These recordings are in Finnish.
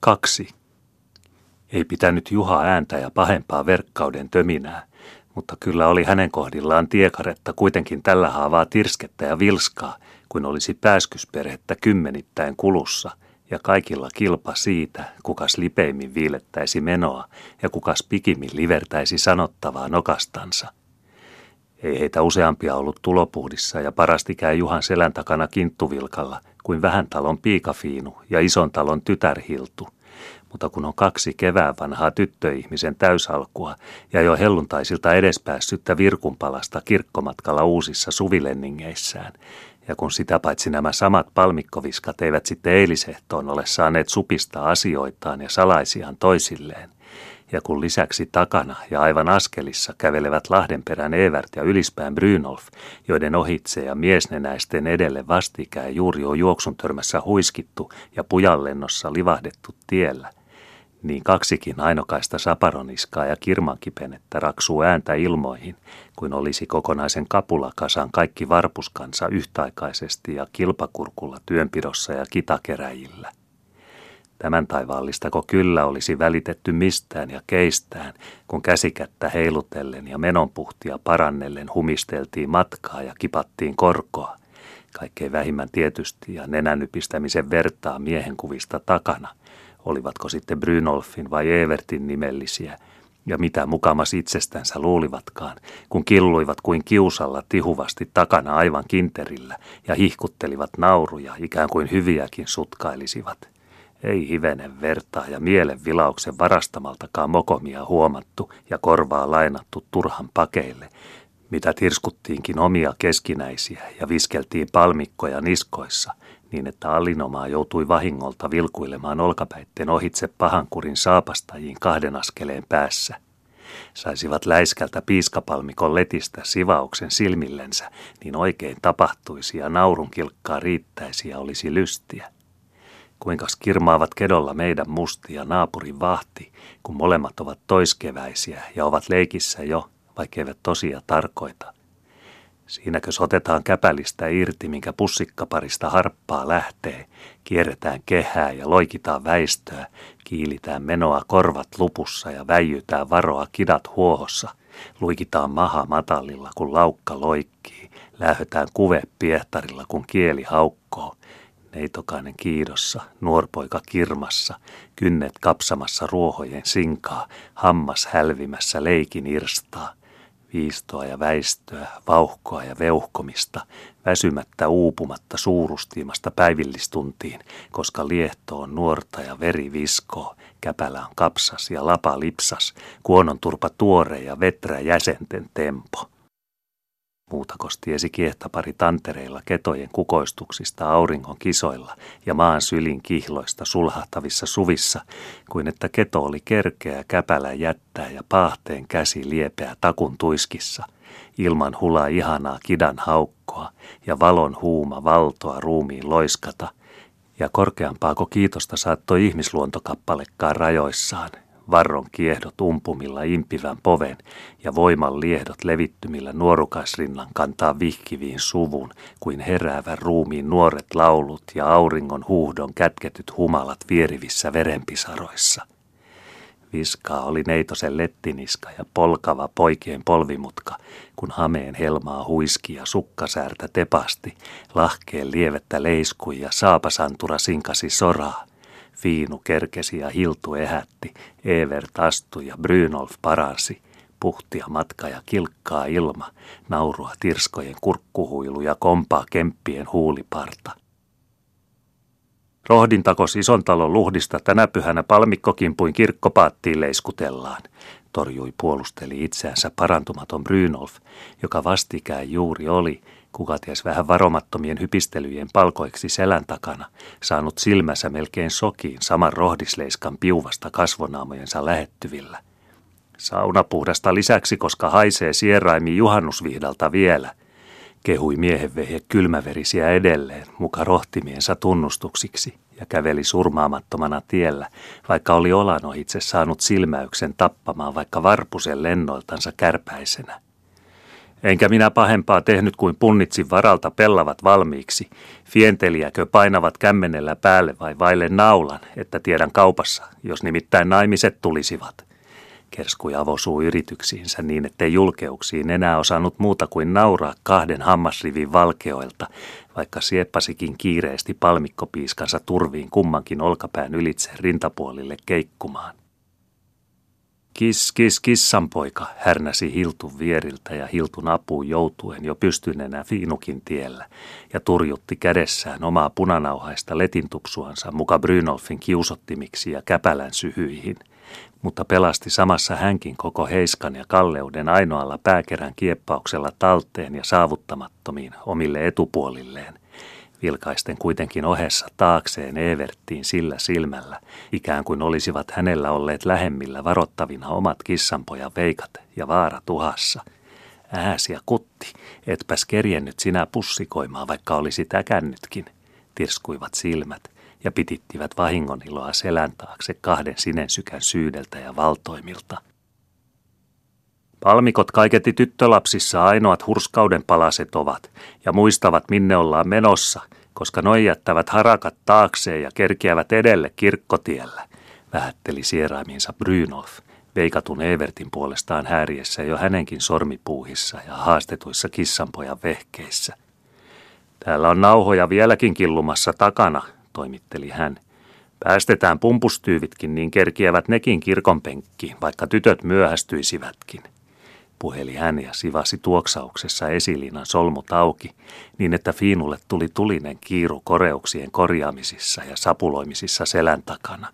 2. Ei pitänyt Juha ääntä ja pahempaa verkkauden töminää, mutta kyllä oli hänen kohdillaan tiekaretta kuitenkin tällä haavaa tirskettä ja vilskaa, kuin olisi pääskysperhettä kymmenittäin kulussa, ja kaikilla kilpa siitä, kukas lipeimmin viilettäisi menoa ja kukas pikimmin livertäisi sanottavaa nokastansa. Ei heitä useampia ollut tulopuhdissa ja parasti käy Juhan selän takana kinttuvilkalla kuin vähän talon piikafiinu ja ison talon tytärhiltu. Mutta kun on 2 kevään vanhaa tyttöihmisen täysalkua ja jo helluntaisilta edespäässyttä virkunpalasta kirkkomatkalla uusissa suvilenningeissään, ja kun sitä paitsi nämä samat palmikkoviskat eivät sitten eilisehtoon ole saaneet supistaa asioitaan ja salaisiaan toisilleen, ja kun lisäksi takana ja aivan askelissa kävelevät Lahdenperän Evert ja Ylispään Brynolf, joiden ohitse ja miesnenäisten edelle vastikään juuri on juoksun törmässä huiskittu ja pujanlennossa livahdettu tiellä, niin 2 ainokaista saparoniskaa ja kirmankipenettä raksuu ääntä ilmoihin, kuin olisi kokonaisen kapulakasan kaikki varpuskansa yhtäaikaisesti ja kilpakurkulla työnpidossa ja kitakeräjillä. Tämän taivaallistako kyllä olisi välitetty mistään ja keistään, kun käsikättä heilutellen ja menonpuhtia parannellen humisteltiin matkaa ja kipattiin korkoa, kaikkein vähimmän tietysti ja nenänypistämisen vertaa miehenkuvista takana, olivatko sitten Brynolfin vai Evertin nimellisiä, ja mitä mukamas itsestänsä luulivatkaan, kun killuivat kuin kiusalla tihuvasti takana aivan kinterillä ja hihkuttelivat nauruja, ikään kuin hyviäkin sutkailisivat. Ei hivenen vertaa ja mielen vilauksen varastamaltakaan mokomia huomattu ja korvaa lainattu turhan pakeille, mitä tirskuttiinkin omia keskinäisiä ja viskeltiin palmikkoja niskoissa, niin että Alinomaa joutui vahingolta vilkuilemaan olkapäitten ohitse pahankurin saapastajiin 2 askeleen päässä. Saisivat läiskältä piiskapalmikon letistä sivauksen silmillensä, niin oikein tapahtuisi ja naurun kilkkaa riittäisi ja olisi lystiä. Kuinkas kirmaavat kedolla meidän musti ja naapurin vahti, kun molemmat ovat toiskeväisiä ja ovat leikissä jo, vaikkeivät tosia tarkoita. Siinäkö otetaan käpälistä irti, minkä pussikkaparista harppaa lähtee, kierretään kehää ja loikitaan väistöä, kiilitään menoa korvat lupussa ja väijytään varoa kidat huohossa, luikitaan maha matalilla, kun laukka loikkii, lähdetään kuve piehtarilla, kun kieli haukkoo, neitokainen kiidossa, nuorpoika kirmassa, kynnet kapsamassa ruohojen sinkaa, hammas hälvimässä leikin irstaa, viistoa ja väistöä, vauhkoa ja veuhkomista, väsymättä uupumatta suurustiimasta päivillistuntiin, koska liehto on nuorta ja veri viskoo, käpälä on kapsas ja lapa lipsas, kuononturpa tuore ja veträ jäsenten tempo. Muutakos tiesi kiehtapari tantereilla ketojen kukoistuksista auringon kisoilla ja maan sylin kihloista sulhahtavissa suvissa, kuin että keto oli kerkeä käpälä jättää ja paahteen käsi liepeä takun tuiskissa, ilman hula ihanaa kidan haukkoa ja valon huuma valtoa ruumiin loiskata, ja korkeampaako kiitosta saattoi ihmisluontokappalekaan rajoissaan, varron kiehdot umpumilla impivän poven ja voiman liehdot levittymillä nuorukaisrinnan kantaa vihkiviin suvun, kuin heräävän ruumiin nuoret laulut ja auringon huuhdon kätketyt humalat vierivissä verenpisaroissa. Viskaa oli neitosen lettiniska ja polkava poikien polvimutka, kun hameen helmaa huiski ja sukkasäärtä tepasti, lahkeen lievettä leiskui ja saapasantura sinkasi soraa. Fiinu kerkesi ja Hiltu ehätti, Evert astui ja Brynolf paransi, puhtia matka ja kilkkaa ilma, naurua tirskojen kurkkuhuilu ja kompaa kemppien huuliparta. Rohdintakos ison talon luhdista tänä pyhänä palmikkokimpuin kirkkopaattiin leiskutellaan, torjui puolusteli itseänsä parantumaton Brynolf, joka vastikään juuri oli, kuka ties vähän varomattomien hypistelyjen palkoiksi selän takana, saanut silmänsä melkein sokiin saman rohdisleiskan piuvasta kasvonaamojensa lähettyvillä. Saunapuhdasta lisäksi, koska haisee sieraimi juhannusvihdalta vielä, kehui miehenvehje kylmäverisiä edelleen muka rohtimiensa tunnustuksiksi ja käveli surmaamattomana tiellä, vaikka oli olan ohitse saanut silmäyksen tappamaan vaikka varpusen lennoiltansa kärpäisenä. Enkä minä pahempaa tehnyt kuin punnitsin varalta pellavat valmiiksi. Fienteliäkö painavat kämmenellä päälle vai vaille naulan, että tiedän kaupassa, jos nimittäin naimiset tulisivat. Kerskui avosuu yrityksiinsä niin, ettei julkeuksiin enää osannut muuta kuin nauraa 2 hammasrivin valkeoilta, vaikka sieppasikin kiireesti palmikkopiiskansa turviin kummankin olkapään ylitse rintapuolille keikkumaan. Kiss, kiss, kissanpoika, härnäsi Hiltun vieriltä ja Hiltun apuun joutuen jo pystyneenä Fiinukin tiellä ja turjutti kädessään omaa punanauhaista letintupsuansa muka Brynolfin kiusottimiksi ja käpälän syhyihin, mutta pelasti samassa hänkin koko heiskan ja kalleuden ainoalla pääkerän kieppauksella talteen ja saavuttamattomiin omille etupuolilleen, vilkaisten kuitenkin ohessa taakseen Everttiin sillä silmällä, ikään kuin olisivat hänellä olleet lähemmillä varottavina omat kissanpojan veikat ja vaarat uhassa. Ääsi ja kutti, etpäs kerjennyt sinä pussikoimaan, vaikka olisit äkännytkin, tirskuivat silmät ja pitittivät vahingoniloa selän taakse 2 sinensykän syydeltä ja valtoimilta. Palmikot kaiketi tyttölapsissa ainoat hurskauden palaset ovat ja muistavat minne ollaan menossa, koska noi jättävät harakat taakseen ja kerkiävät edelle kirkkotiellä, vähätteli sieraiminsa Brynolf, veikatun Evertin puolestaan häiriessä jo hänenkin sormipuuhissa ja haastetuissa kissanpojan vehkeissä. Täällä on nauhoja vieläkin killumassa takana, toimitteli hän. Päästetään pumpustyyvitkin, niin kerkiävät nekin kirkonpenkkiin, vaikka tytöt myöhästyisivätkin. Puheli hän ja sivasi tuoksauksessa esiliinan solmut auki, niin että Fiinulle tuli tulinen kiiru koreuksien korjaamisissa ja sapuloimisissa selän takana.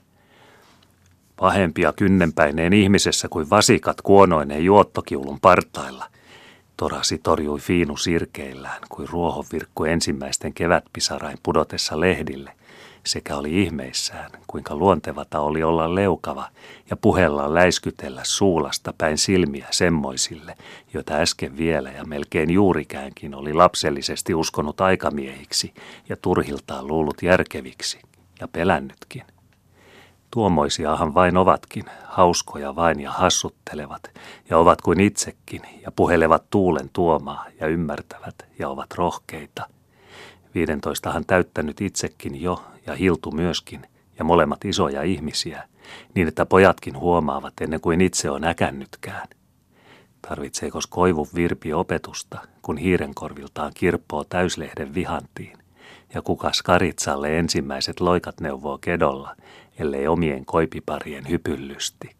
Pahempia kynnenpäineen ihmisessä kuin vasikat kuonoineen juottokiulun partailla, torasi torjui Fiinu sirkeillään, kuin ruohonvirkku ensimmäisten kevätpisarain pudotessa lehdille, sekä oli ihmeissään, kuinka luontevata oli olla leukava ja puheellaan läiskytellä suulasta päin silmiä semmoisille, joita äsken vielä ja melkein juurikäänkin oli lapsellisesti uskonut aikamiehiksi ja turhiltaan luullut järkeviksi ja pelännytkin. Tuommoisiahan vain ovatkin, hauskoja vain ja hassuttelevat, ja ovat kuin itsekin, ja puhelevat tuulen tuomaa, ja ymmärtävät, ja ovat rohkeita. 15han täyttänyt itsekin jo, ja Hiltu myöskin, ja molemmat isoja ihmisiä, niin että pojatkin huomaavat ennen kuin itse on äkännytkään. Tarvitseekos koivun virpi opetusta, kun hiirenkorviltaan kirppoo täyslehden vihantiin, ja kuka Skaritsalle ensimmäiset loikat neuvoo kedolla, ellei omien koipiparien hypyllysti.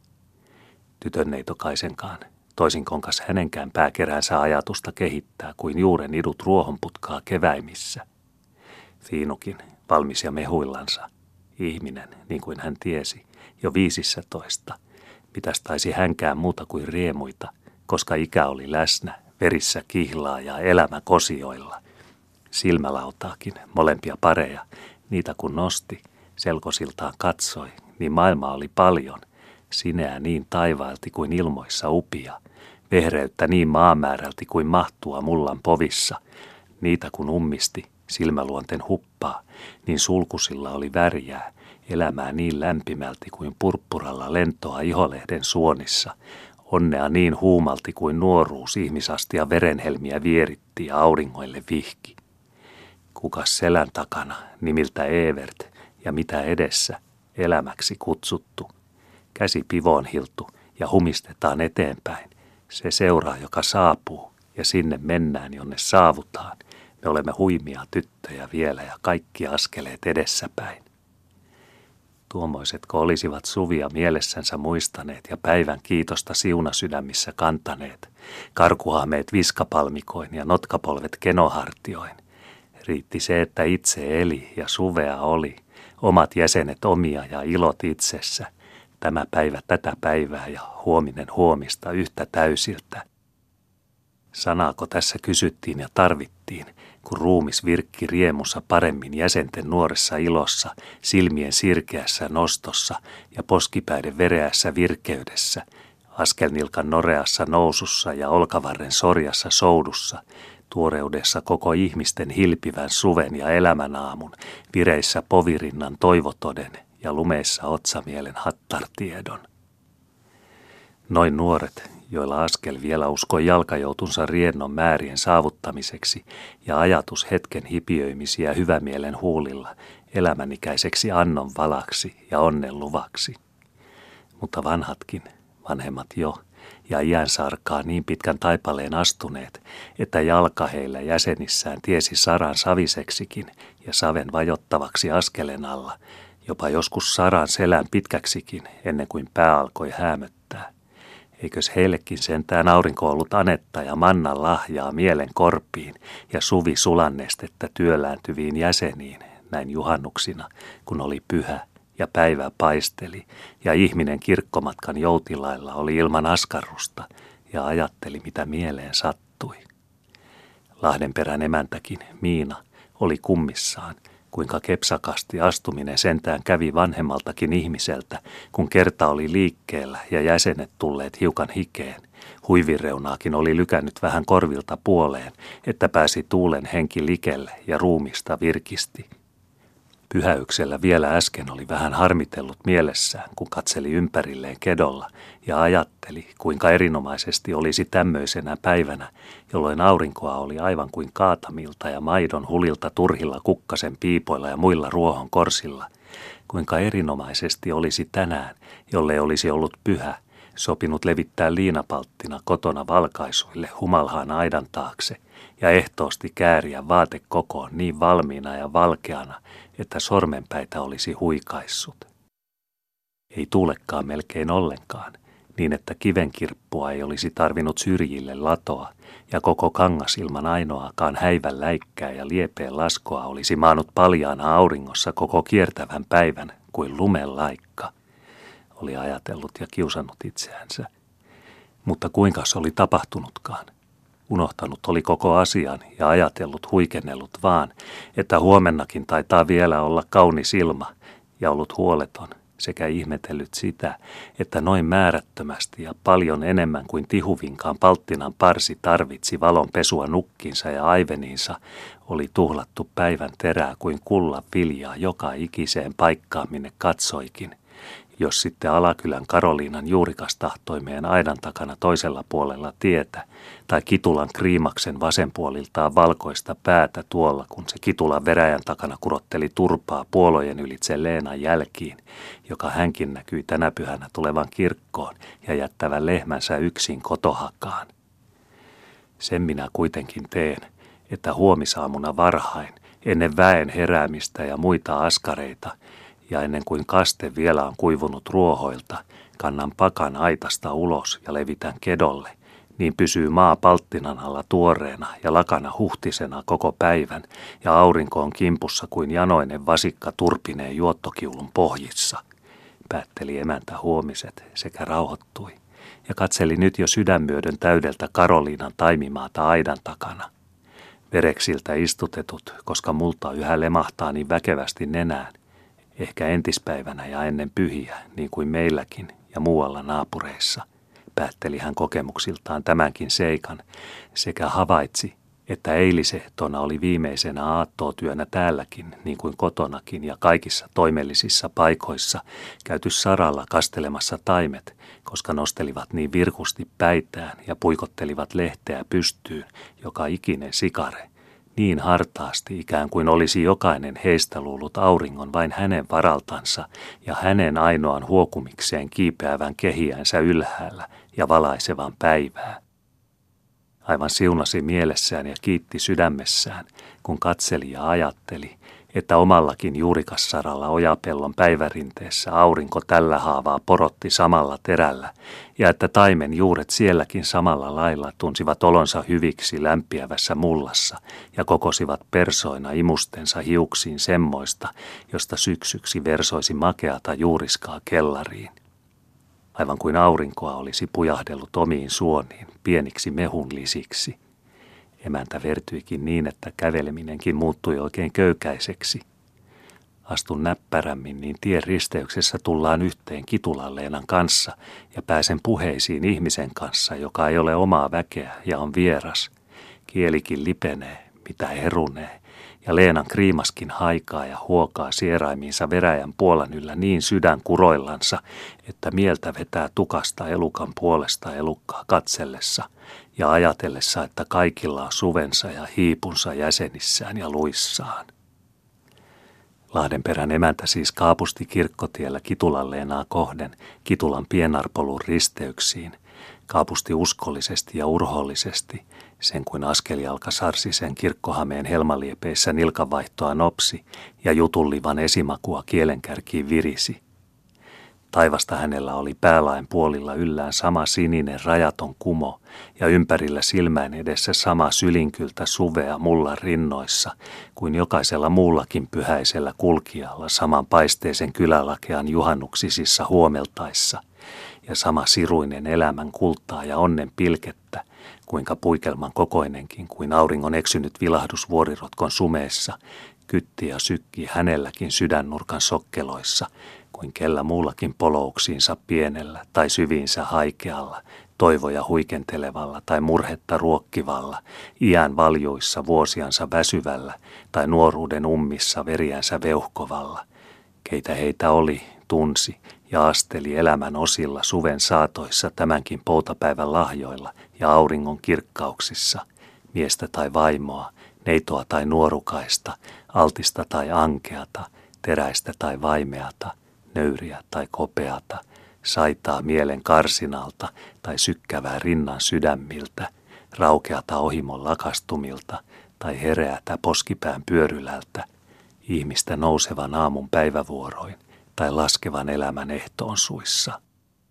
Tytön ei tokaisenkaan, toisin konkas hänenkään pääkeränsä ajatusta kehittää kuin juuren idut ruohonputkaa keväimissä. Fiinukin, valmis ja mehuillansa, ihminen, niin kuin hän tiesi, jo 15, mitäs taisi hänkään muuta kuin riemuita, koska ikä oli läsnä, verissä kihlaa ja elämä kosioilla. Silmälautaakin, molempia pareja, niitä kun nosti, selkosiltaan katsoi, niin maailma oli paljon, sineä niin taivailti kuin ilmoissa upia, vehreyttä niin maamäärälti kuin mahtua mullan povissa, niitä kun ummisti, silmäluonten huppaa, niin sulkusilla oli värjää, elämää niin lämpimälti kuin purppuralla lentoa iholehden suonissa, onnea niin huumalti kuin nuoruus ihmisastia verenhelmiä vieritti ja auringoille vihki. Kukas selän takana, nimiltä Evert, ja mitä edessä, elämäksi kutsuttu. Käsi pivoon hiltu ja humistetaan eteenpäin. Se seuraa, joka saapuu, ja sinne mennään, jonne saavutaan. Me olemme huimia tyttöjä vielä ja kaikki askeleet edessäpäin. Tuommoisetko olisivat suvia mielessänsä muistaneet ja päivän kiitosta siunasydämissä kantaneet, karkuhaameet viskapalmikoin ja notkapolvet kenohartioin. Riitti se, että itse eli ja suvea oli, omat jäsenet omia ja ilot itsessä, tämä päivä tätä päivää ja huominen huomista yhtä täysiltä. Sanaako tässä kysyttiin ja tarvittiin, kun ruumis virkki riemussa paremmin jäsenten nuoressa ilossa, silmien sirkeässä nostossa ja poskipäiden vereässä virkeydessä, askelnilkan noreassa nousussa ja olkavarren sorjassa soudussa, tuoreudessa koko ihmisten hilpivän suven ja elämänaamun, vireissä povirinnan toivotoden ja lumeissa otsamielen hattartiedon. Noin nuoret, joilla askel vielä uskoi jalkajoutunsa riennon määrien saavuttamiseksi ja ajatus hetken hipiöimisiä hyvämielen huulilla elämänikäiseksi annon valaksi ja onnen luvaksi. Mutta vanhatkin, vanhemmat jo, ja iän sarkaa niin pitkän taipaleen astuneet, että jalka heillä jäsenissään tiesi saran saviseksikin ja saven vajottavaksi askelen alla, jopa joskus saran selän pitkäksikin ennen kuin pää alkoi häämöttää. Eikös heillekin sentään aurinko ollut anetta ja mannan lahjaa mielen korpiin ja suvi sulannestettä työlääntyviin jäseniin näin juhannuksina, kun oli pyhä ja päivä paisteli ja ihminen kirkkomatkan joutilailla oli ilman askarrusta ja ajatteli mitä mieleen sattui. Lahdenperän emäntäkin, Miina, oli kummissaan, kuinka kepsakasti astuminen sentään kävi vanhemmaltakin ihmiseltä, kun kerta oli liikkeellä ja jäsenet tulleet hiukan hikeen. Huivireunaakin oli lykännyt vähän korvilta puoleen, että pääsi tuulen henki likelle ja ruumista virkisti. Pyhäyksellä vielä äsken oli vähän harmitellut mielessään, kun katseli ympärilleen kedolla ja ajatteli, kuinka erinomaisesti olisi tämmöisenä päivänä, jolloin aurinkoa oli aivan kuin kaatamilta ja maidon hulilta turhilla kukkasen piipoilla ja muilla ruohon korsilla, kuinka erinomaisesti olisi tänään, jolle olisi ollut pyhä, sopinut levittää liinapalttina kotona valkaisuille humalhaan aidan taakse ja ehtoosti kääriä vaate kokoon niin valmiina ja valkeana, että sormenpäitä olisi huikaissut. Ei tuulekaan melkein ollenkaan, niin että kivenkirppua ei olisi tarvinnut syrjille latoa, ja koko kangas ilman ainoakaan häivän läikkää ja liepeen laskoa olisi maannut paljaana auringossa koko kiertävän päivän kuin lumen laikka, oli ajatellut ja kiusannut itseänsä. Mutta kuinkas oli tapahtunutkaan? Unohtanut oli koko asian ja ajatellut huikennellut vaan, että huomennakin taitaa vielä olla kaunis ilma ja ollut huoleton sekä ihmetellyt sitä, että noin määrättömästi ja paljon enemmän kuin tihuvinkaan palttinan parsi tarvitsi valonpesua nukkinsa ja aiveniinsa, oli tuhlattu päivän terää kuin kullan viljaa joka ikiseen paikkaan minne katsoikin. Jos sitten Alakylän Karoliinan juurikas tahtoi meidän aidan takana toisella puolella tietä, tai Kitulan Kriimaksen vasenpuoliltaan valkoista päätä tuolla, kun se Kitulan veräjän takana kurotteli turpaa puolojen ylitse Leenan jälkiin, joka hänkin näkyi tänä pyhänä tulevan kirkkoon ja jättävän lehmänsä yksin kotohakaan. Sen minä kuitenkin teen, että huomisaamuna varhain, ennen väen heräämistä ja muita askareita, ja ennen kuin kaste vielä on kuivunut ruohoilta, kannan pakan aitasta ulos ja levitän kedolle, niin pysyy maa palttinan alla tuoreena ja lakana huhtisena koko päivän, ja aurinko on kimpussa kuin janoinen vasikka turpineen juottokiulun pohjissa, päätteli emäntä huomiset sekä rauhoittui, ja katseli nyt jo sydänmyödön täydeltä Karoliinan taimimaata aidan takana. Vereksiltä istutetut, koska multa yhä lemahtaa niin väkevästi nenään, ehkä entispäivänä ja ennen pyhiä, niin kuin meilläkin ja muualla naapureissa, päätteli hän kokemuksiltaan tämänkin seikan, sekä havaitsi, että eilisehtona oli viimeisenä aattootyönä täälläkin, niin kuin kotonakin ja kaikissa toimellisissa paikoissa, käyty saralla kastelemassa taimet, koska nostelivat niin virkusti päitään ja puikottelivat lehteä pystyyn, joka ikinen sikare, niin hartaasti ikään kuin olisi jokainen heistä luullut auringon vain hänen varaltansa ja hänen ainoan huokumikseen kiipeävän kehiänsä ylhäällä ja valaisevan päivää. Aivan siunasi mielessään ja kiitti sydämessään, kun katseli ja ajatteli, että omallakin juurikassaralla ojapellon päivärinteessä aurinko tällä haavaa porotti samalla terällä, ja että taimen juuret sielläkin samalla lailla tunsivat olonsa hyviksi lämpiävässä mullassa ja kokosivat persoina imustensa hiuksiin semmoista, josta syksyksi versoisi makeata juuriskaa kellariin. Aivan kuin aurinkoa olisi pujahdellut omiin suoniin pieniksi mehunlisiksi. Emäntä vertyikin niin, että käveleminenkin muuttui oikein köykäiseksi. Astun näppärämmin, niin tien risteyksessä tullaan yhteen Kitulan Leenan kanssa ja pääsen puheisiin ihmisen kanssa, joka ei ole omaa väkeä ja on vieras. Kielikin lipenee, mitä herunee, ja Leenan kriimaskin haikaa ja huokaa sieraimiinsa veräjän puolan yllä niin sydän kuroillansa, että mieltä vetää tukasta elukan puolesta elukkaa katsellessa ja ajatellessa, että kaikilla on suvensa ja hiipunsa jäsenissään ja luissaan. Lahdenperän emäntä siis kaapusti kirkkotiellä Kitulan Leenaa kohden Kitulan pienarpolun risteyksiin, kaapusti uskollisesti ja urhollisesti, sen kuin askelijalka Sarsisen kirkkohameen helmaliepeissä nilkanvaihtoa nopsi ja jutullivan esimakua kielenkärkiin virisi. Taivasta hänellä oli päälaen puolilla yllään sama sininen rajaton kumo ja ympärillä silmäin edessä sama sylinkyltä suvea mullan rinnoissa kuin jokaisella muullakin pyhäisellä kulkijalla saman paisteisen kylälakean juhannuksisissa huomeltaissa ja sama siruinen elämän kultaa ja onnen pilkettä, kuinka puikelman kokoinenkin kuin auringon eksynyt vilahdus vuorirotkon sumeessa kytti ja sykki hänelläkin sydännurkan sokkeloissa, kuin kellä muullakin polouksiinsa pienellä tai syviinsä haikealla, toivoja huikentelevalla tai murhetta ruokkivalla, iän valjuissa vuosiansa väsyvällä tai nuoruuden ummissa veriänsä veuhkovalla. Keitä heitä oli, tunsi ja asteli elämän osilla suven saatoissa tämänkin poutapäivän lahjoilla ja auringon kirkkauksissa, miestä tai vaimoa, neitoa tai nuorukaista, altista tai ankeata, teräistä tai vaimeata, nöyriä tai kopeata, saitaa mielen karsinalta tai sykkävää rinnan sydämiltä, raukeata ohimon lakastumilta tai hereätä poskipään pyörylältä, ihmistä nousevan aamun päivävuoroin tai laskevan elämän ehtoon suissa.